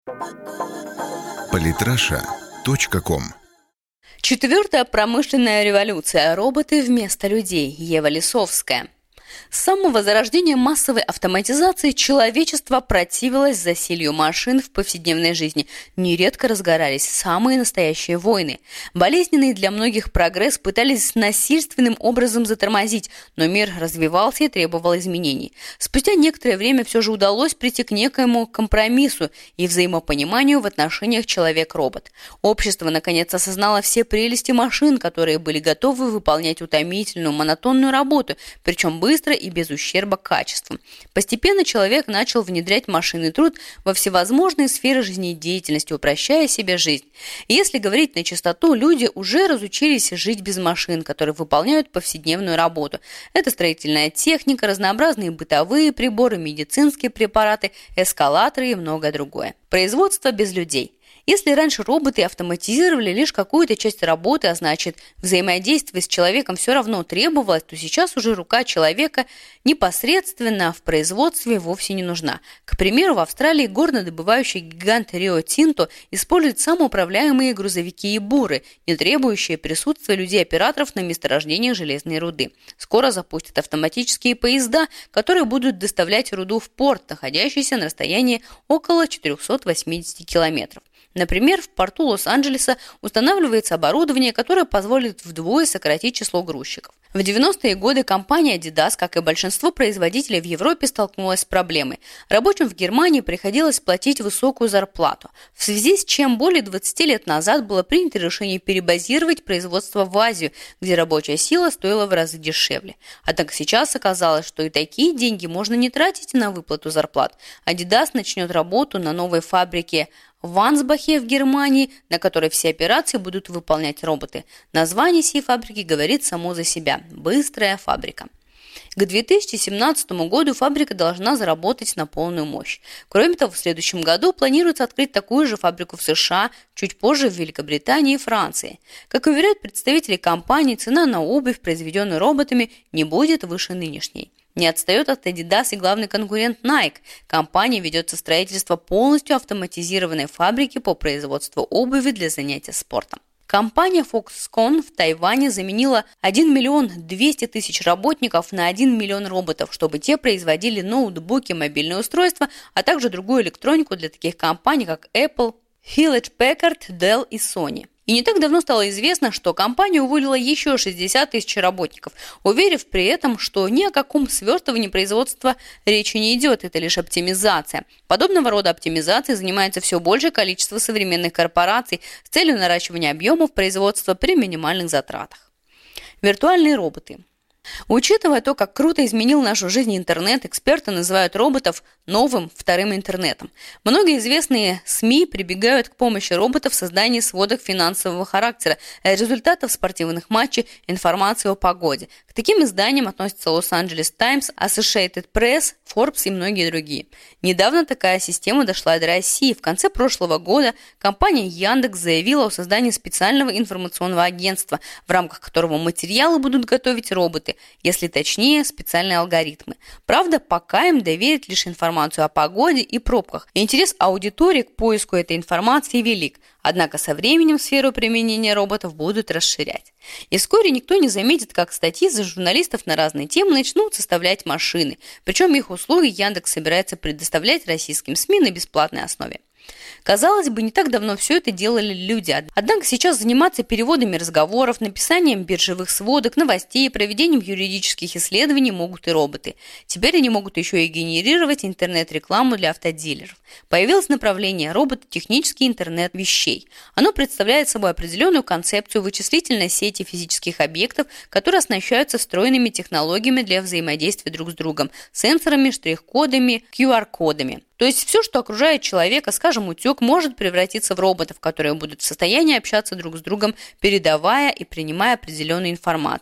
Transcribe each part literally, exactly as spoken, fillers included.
политраша точка ком. Четвертая промышленная революция. Роботы вместо людей. Ева Лисовская. С самого зарождения массовой автоматизации человечество противилось засилью машин в повседневной жизни. Нередко разгорались самые настоящие войны. Болезненный для многих прогресс пытались насильственным образом затормозить, но мир развивался и требовал изменений. Спустя некоторое время все же удалось прийти к некоему компромиссу и взаимопониманию в отношениях человек-робот. Общество наконец осознало все прелести машин, которые были готовы выполнять утомительную, монотонную работу, причем быстро и без ущерба качеству. Постепенно человек начал внедрять машинный труд во всевозможные сферы жизнедеятельности, упрощая себе жизнь. И если говорить на чистоту, люди уже разучились жить без машин, которые выполняют повседневную работу. Это строительная техника, разнообразные бытовые приборы, медицинские препараты, эскалаторы и многое другое. Производство без людей. Если раньше роботы автоматизировали лишь какую-то часть работы, а значит, взаимодействие с человеком все равно требовалось, то сейчас уже рука человека непосредственно в производстве вовсе не нужна. К примеру, в Австралии горнодобывающий гигант Рио Тинто использует самоуправляемые грузовики и буры, не требующие присутствия людей-операторов на месторождениях железной руды. Скоро запустят автоматические поезда, которые будут доставлять руду в порт, находящийся на расстоянии около четырехсот восьмидесяти километров. Например, в порту Лос-Анджелеса устанавливается оборудование, которое позволит вдвое сократить число грузчиков. В девяностые годы компания Adidas, как и большинство производителей в Европе, столкнулась с проблемой. Рабочим в Германии приходилось платить высокую зарплату, в связи с чем более двадцати лет назад было принято решение перебазировать производство в Азию, где рабочая сила стоила в разы дешевле. Однако сейчас оказалось, что и такие деньги можно не тратить на выплату зарплат. Adidas начнет работу на новой фабрике в Ансбахе в Германии, на которой все операции будут выполнять роботы. Название сей фабрики говорит само за себя – «Быстрая фабрика». К две тысячи семнадцатому году фабрика должна заработать на полную мощь. Кроме того, в следующем году планируется открыть такую же фабрику в США, чуть позже в Великобритании и Франции. Как уверяют представители компании, цена на обувь, произведенную роботами, не будет выше нынешней. Не отстает от Adidas и главный конкурент Nike. Компания ведется строительство полностью автоматизированной фабрики по производству обуви для занятия спортом. Компания Foxconn в Тайване заменила один миллион двести тысяч работников на один миллион роботов, чтобы те производили ноутбуки, мобильные устройства, а также другую электронику для таких компаний, как Apple, Hewlett-Packard, Dell и Sony. И не так давно стало известно, что компания уволила еще шестьдесят тысяч работников, уверив при этом, что ни о каком свертывании производства речи не идет, это лишь оптимизация. Подобного рода оптимизацией занимается все большее количество современных корпораций с целью наращивания объемов производства при минимальных затратах. Виртуальные роботы. Учитывая то, как круто изменил нашу жизнь интернет, эксперты называют роботов новым вторым интернетом. Многие известные СМИ прибегают к помощи роботов в создании сводок финансового характера, результатов спортивных матчей, информации о погоде. К таким изданиям относятся Los-Angeles Times, Associated Press, Forbes и многие другие. Недавно такая система дошла до России. В конце прошлого года компания Яндекс заявила о создании специального информационного агентства, в рамках которого материалы будут готовить роботы, если точнее, специальные алгоритмы. Правда, пока им доверят лишь информацию о погоде и пробках. Интерес аудитории к поиску этой информации велик, однако со временем сферу применения роботов будут расширять. И вскоре никто не заметит, как статьи за журналистов на разные темы начнут составлять машины, причем их услуги Яндекс собирается предоставлять российским СМИ на бесплатной основе. Казалось бы, не так давно все это делали люди, однако сейчас заниматься переводами разговоров, написанием биржевых сводок, новостей, проведением юридических исследований могут и роботы. Теперь они могут еще и генерировать интернет-рекламу для автодилеров. Появилось направление робототехнический интернет вещей. Оно представляет собой определенную концепцию вычислительной сети физических объектов, которые оснащаются встроенными технологиями для взаимодействия друг с другом, сенсорами, штрих-кодами, ку ар-кодами. То есть все, что окружает человека, скажем, утюг, может превратиться в роботов, которые будут в состоянии общаться друг с другом, передавая и принимая определенную информацию.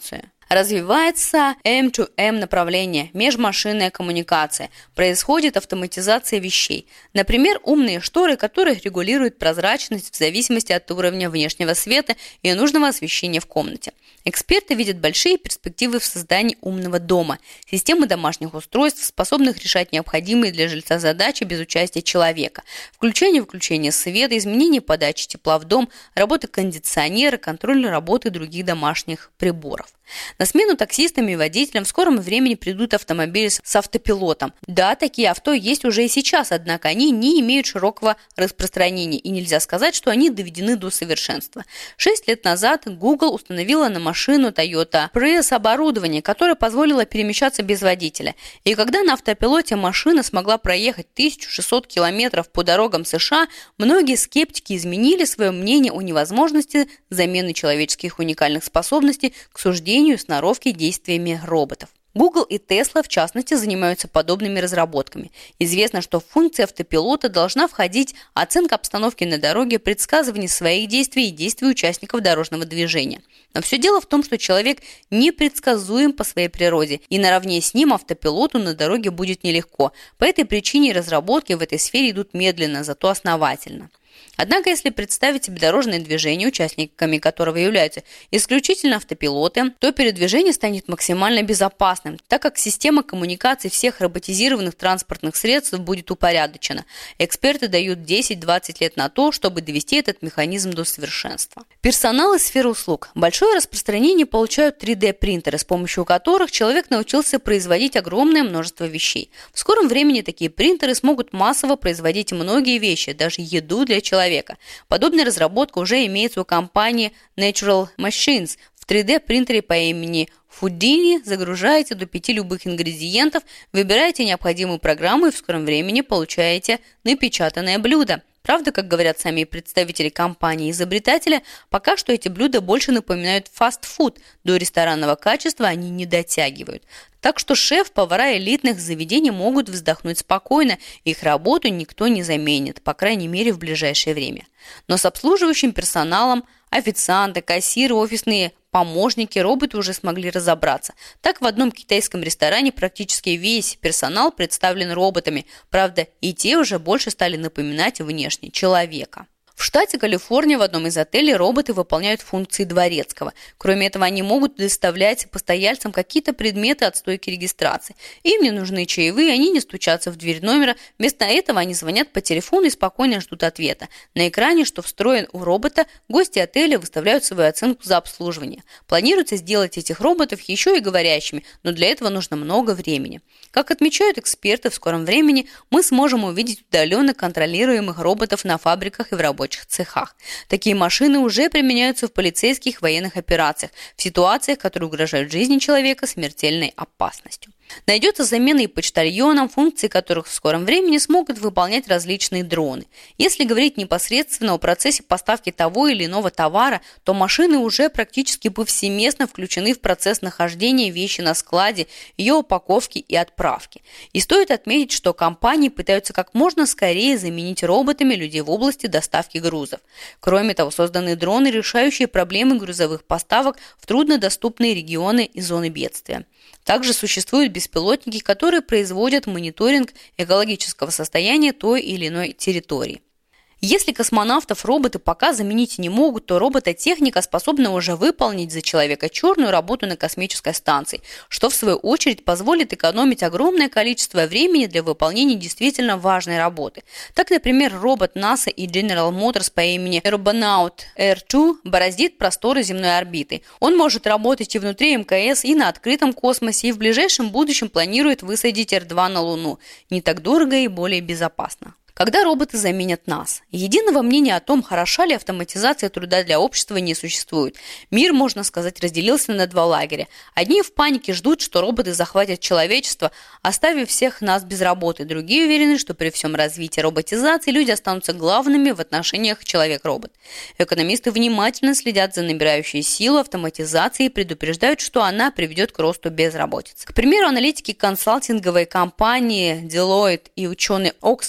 Развивается эм два эм направление – межмашинная коммуникация. Происходит автоматизация вещей. Например, умные шторы, которые регулируют прозрачность в зависимости от уровня внешнего света и нужного освещения в комнате. Эксперты видят большие перспективы в создании умного дома, системы домашних устройств, способных решать необходимые для жильца задачи без участия человека, включение и выключение света, изменение подачи тепла в дом, работа кондиционера, контроль работы других домашних приборов. На смену таксистам и водителям в скором времени придут автомобили с автопилотом. Да, такие авто есть уже и сейчас, однако они не имеют широкого распространения, и нельзя сказать, что они доведены до совершенства. Шесть лет назад Google установила на машину Toyota Prius оборудование, которое позволило перемещаться без водителя. И когда на автопилоте машина смогла проехать тысячу шестьсот километров по дорогам США, многие скептики изменили свое мнение о невозможности замены человеческих уникальных способностей к суждению и сноровке действиями роботов. Google и Tesla, в частности, занимаются подобными разработками. Известно, что в функции автопилота должна входить оценка обстановки на дороге, предсказывание своих действий и действий участников дорожного движения. Но все дело в том, что человек непредсказуем по своей природе, и наравне с ним автопилоту на дороге будет нелегко. По этой причине разработки в этой сфере идут медленно, зато основательно. Однако, если представить себе дорожное движение, участниками которого являются исключительно автопилоты, то передвижение станет максимально безопасным, так как система коммуникации всех роботизированных транспортных средств будет упорядочена. Эксперты дают десять-двадцать лет на то, чтобы довести этот механизм до совершенства. Персонал и сфера услуг. Большое распространение получают три дэ принтеры, с помощью которых человек научился производить огромное множество вещей. В скором времени такие принтеры смогут массово производить многие вещи, даже еду для человека. Подобная разработка уже имеется у компании Natural Machines. В три дэ принтере по имени Houdini загружаете до пяти любых ингредиентов, выбираете необходимую программу и в скором времени получаете напечатанное блюдо. Правда, как говорят сами представители компании-изобретателя, пока что эти блюда больше напоминают фастфуд, до ресторанного качества они не дотягивают. Так что шеф-повара элитных заведений могут вздохнуть спокойно, их работу никто не заменит, по крайней мере в ближайшее время. Но с обслуживающим персоналом, официанты, кассиры, офисные помощники, роботы уже смогли разобраться. Так в одном китайском ресторане практически весь персонал представлен роботами, правда и те уже больше стали напоминать внешне человека. В штате Калифорния в одном из отелей роботы выполняют функции дворецкого. Кроме этого, они могут доставлять постояльцам какие-то предметы от стойки регистрации. Им не нужны чаевые, они не стучатся в дверь номера. Вместо этого они звонят по телефону и спокойно ждут ответа. На экране, что встроен у робота, гости отеля выставляют свою оценку за обслуживание. Планируется сделать этих роботов еще и говорящими, но для этого нужно много времени. Как отмечают эксперты, в скором времени мы сможем увидеть удаленно контролируемых роботов на фабриках и в рабочих цехах. Такие машины уже применяются в полицейских и военных операциях, в ситуациях, которые угрожают жизни человека смертельной опасностью. Найдется замена и почтальонам, функции которых в скором времени смогут выполнять различные дроны. Если говорить непосредственно о процессе поставки того или иного товара, то машины уже практически повсеместно включены в процесс нахождения вещи на складе, ее упаковки и отправки. И стоит отметить, что компании пытаются как можно скорее заменить роботами людей в области доставки грузов. Кроме того, созданы дроны, решающие проблемы грузовых поставок в труднодоступные регионы и зоны бедствия. Также существуют беспилотники, которые производят мониторинг экологического состояния той или иной территории. Если космонавтов роботы пока заменить не могут, то робототехника способна уже выполнить за человека черную работу на космической станции, что в свою очередь позволит экономить огромное количество времени для выполнения действительно важной работы. Так, например, робот НАСА и General Motors по имени Robonaut эр два бороздит просторы земной орбиты. Он может работать и внутри эм ка эс, и на открытом космосе, и в ближайшем будущем планирует высадить эр два на Луну. Не так дорого и более безопасно. Когда роботы заменят нас? Единого мнения о том, хороша ли автоматизация труда для общества, не существует. Мир, можно сказать, разделился на два лагеря. Одни в панике ждут, что роботы захватят человечество, оставив всех нас без работы. Другие уверены, что при всем развитии роботизации люди останутся главными в отношениях человек-робот. Экономисты внимательно следят за набирающей силу автоматизации и предупреждают, что она приведет к росту безработицы. К примеру, аналитики консалтинговой компании Deloitte и ученые Оксфордского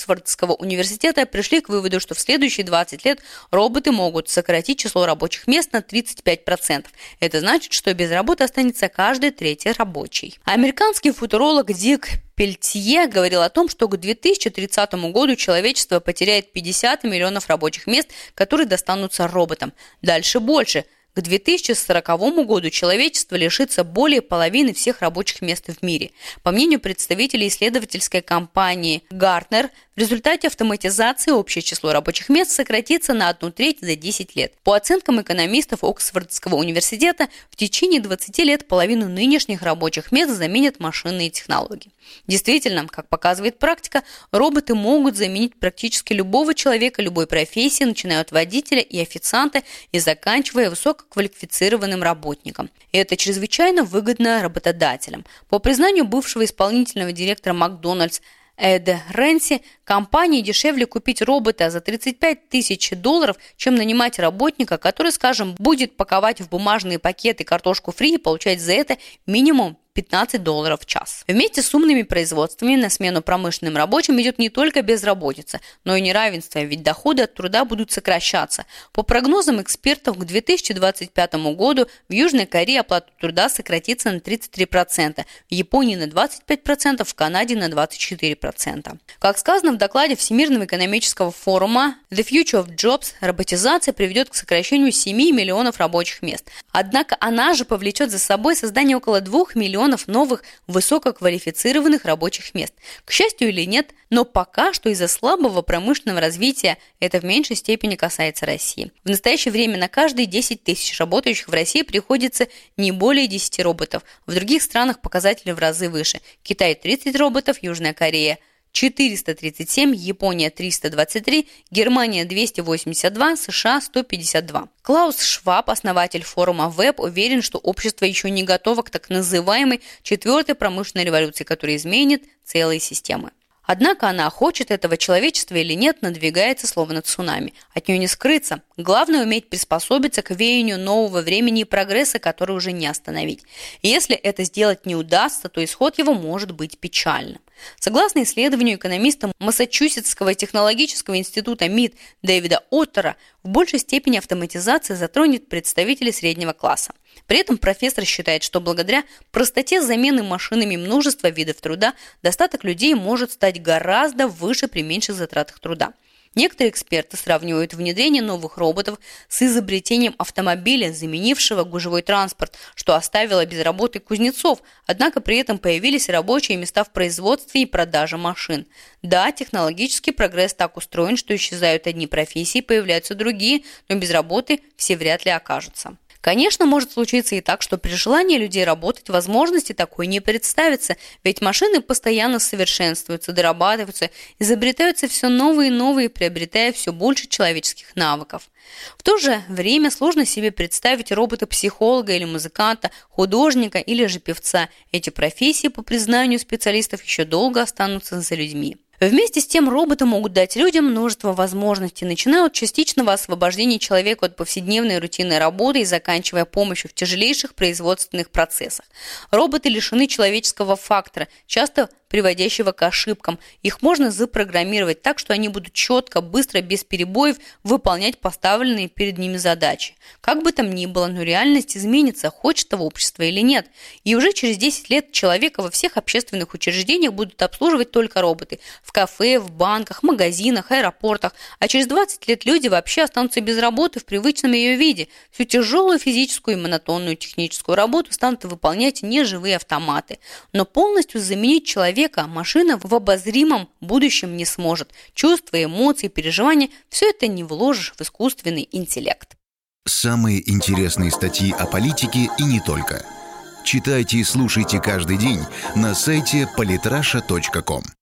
Оксфордского университета пришли к выводу, что в следующие двадцать лет роботы могут сократить число рабочих мест на тридцать пять процентов. Это значит, что без работы останется каждый третий рабочий. Американский футуролог Дик Пельтье говорил о том, что к две тысячи тридцатому году человечество потеряет пятьдесят миллионов рабочих мест, которые достанутся роботам. Дальше больше. К две тысячи сороковому году человечество лишится более половины всех рабочих мест в мире. По мнению представителей исследовательской компании Gartner, в результате автоматизации общее число рабочих мест сократится на одну треть за десять лет. По оценкам экономистов Оксфордского университета, в течение двадцати лет половину нынешних рабочих мест заменят машинные технологии. Действительно, как показывает практика, роботы могут заменить практически любого человека любой профессии, начиная от водителя и официанта и заканчивая высококвалифицированным работником. И это чрезвычайно выгодно работодателям. По признанию бывшего исполнительного директора Макдональдс Эда Ренси, компании дешевле купить робота за тридцать пять тысяч долларов, чем нанимать работника, который, скажем, будет паковать в бумажные пакеты картошку фри и получать за это минимум пятнадцать долларов в час. Вместе с умными производствами на смену промышленным рабочим идет не только безработица, но и неравенство, ведь доходы от труда будут сокращаться. По прогнозам экспертов, к две тысячи двадцать пятому году в Южной Корее оплата труда сократится на тридцать три процента, в Японии на двадцать пять процентов, в Канаде на двадцать четыре процента. Как сказано в докладе Всемирного экономического форума The Future of Jobs, роботизация приведет к сокращению семи миллионов рабочих мест. Однако она же повлечет за собой создание около двух миллионов новых высококвалифицированных рабочих мест. К счастью или нет, но пока что из-за слабого промышленного развития это в меньшей степени касается России. В настоящее время на каждые десять тысяч работающих в России приходится не более десяти роботов. В других странах показатели в разы выше. Китай тридцать роботов, Южная Корея четыреста тридцать семь, Япония триста двадцать три, Германия двести восемьдесят два, США сто пятьдесят два. Клаус Шваб, основатель форума Web, уверен, что общество еще не готово к так называемой четвертой промышленной революции, которая изменит целые системы. Однако она, хочет этого человечества или нет, надвигается словно цунами. От нее не скрыться. Главное уметь приспособиться к веянию нового времени и прогресса, который уже не остановить. И если это сделать не удастся, то исход его может быть печальным. Согласно исследованию экономиста Массачусетского технологического института МИД Дэвида Оттера, в большей степени автоматизация затронет представителей среднего класса. При этом профессор считает, что благодаря простоте замены машинами множества видов труда достаток людей может стать гораздо выше при меньших затратах труда. Некоторые эксперты сравнивают внедрение новых роботов с изобретением автомобиля, заменившего гужевой транспорт, что оставило без работы кузнецов, однако при этом появились рабочие места в производстве и продаже машин. Да, технологический прогресс так устроен, что исчезают одни профессии, появляются другие, но без работы все вряд ли окажутся. Конечно, может случиться и так, что при желании людей работать возможности такой не представится, ведь машины постоянно совершенствуются, дорабатываются, изобретаются все новые и новые, приобретая все больше человеческих навыков. В то же время сложно себе представить робота-психолога или музыканта, художника или же певца. Эти профессии, по признанию специалистов, еще долго останутся за людьми. Вместе с тем роботы могут дать людям множество возможностей, начиная от частичного освобождения человека от повседневной рутинной работы и заканчивая помощью в тяжелейших производственных процессах. Роботы лишены человеческого фактора, часто приводящего к ошибкам. Их можно запрограммировать так, что они будут четко, быстро, без перебоев выполнять поставленные перед ними задачи. Как бы там ни было, но реальность изменится, хочет того общество или нет. И уже через десять лет человека во всех общественных учреждениях будут обслуживать только роботы. В кафе, в банках, магазинах, аэропортах. А через двадцать лет люди вообще останутся без работы в привычном ее виде. Всю тяжелую физическую и монотонную техническую работу станут выполнять неживые автоматы. Но полностью заменить человека машина в обозримом будущем не сможет. Чувства, эмоции, переживания – все это не вложишь в искусственный интеллект. Самые интересные статьи о политике и не только. Читайте и слушайте каждый день на сайте политраша точка ком.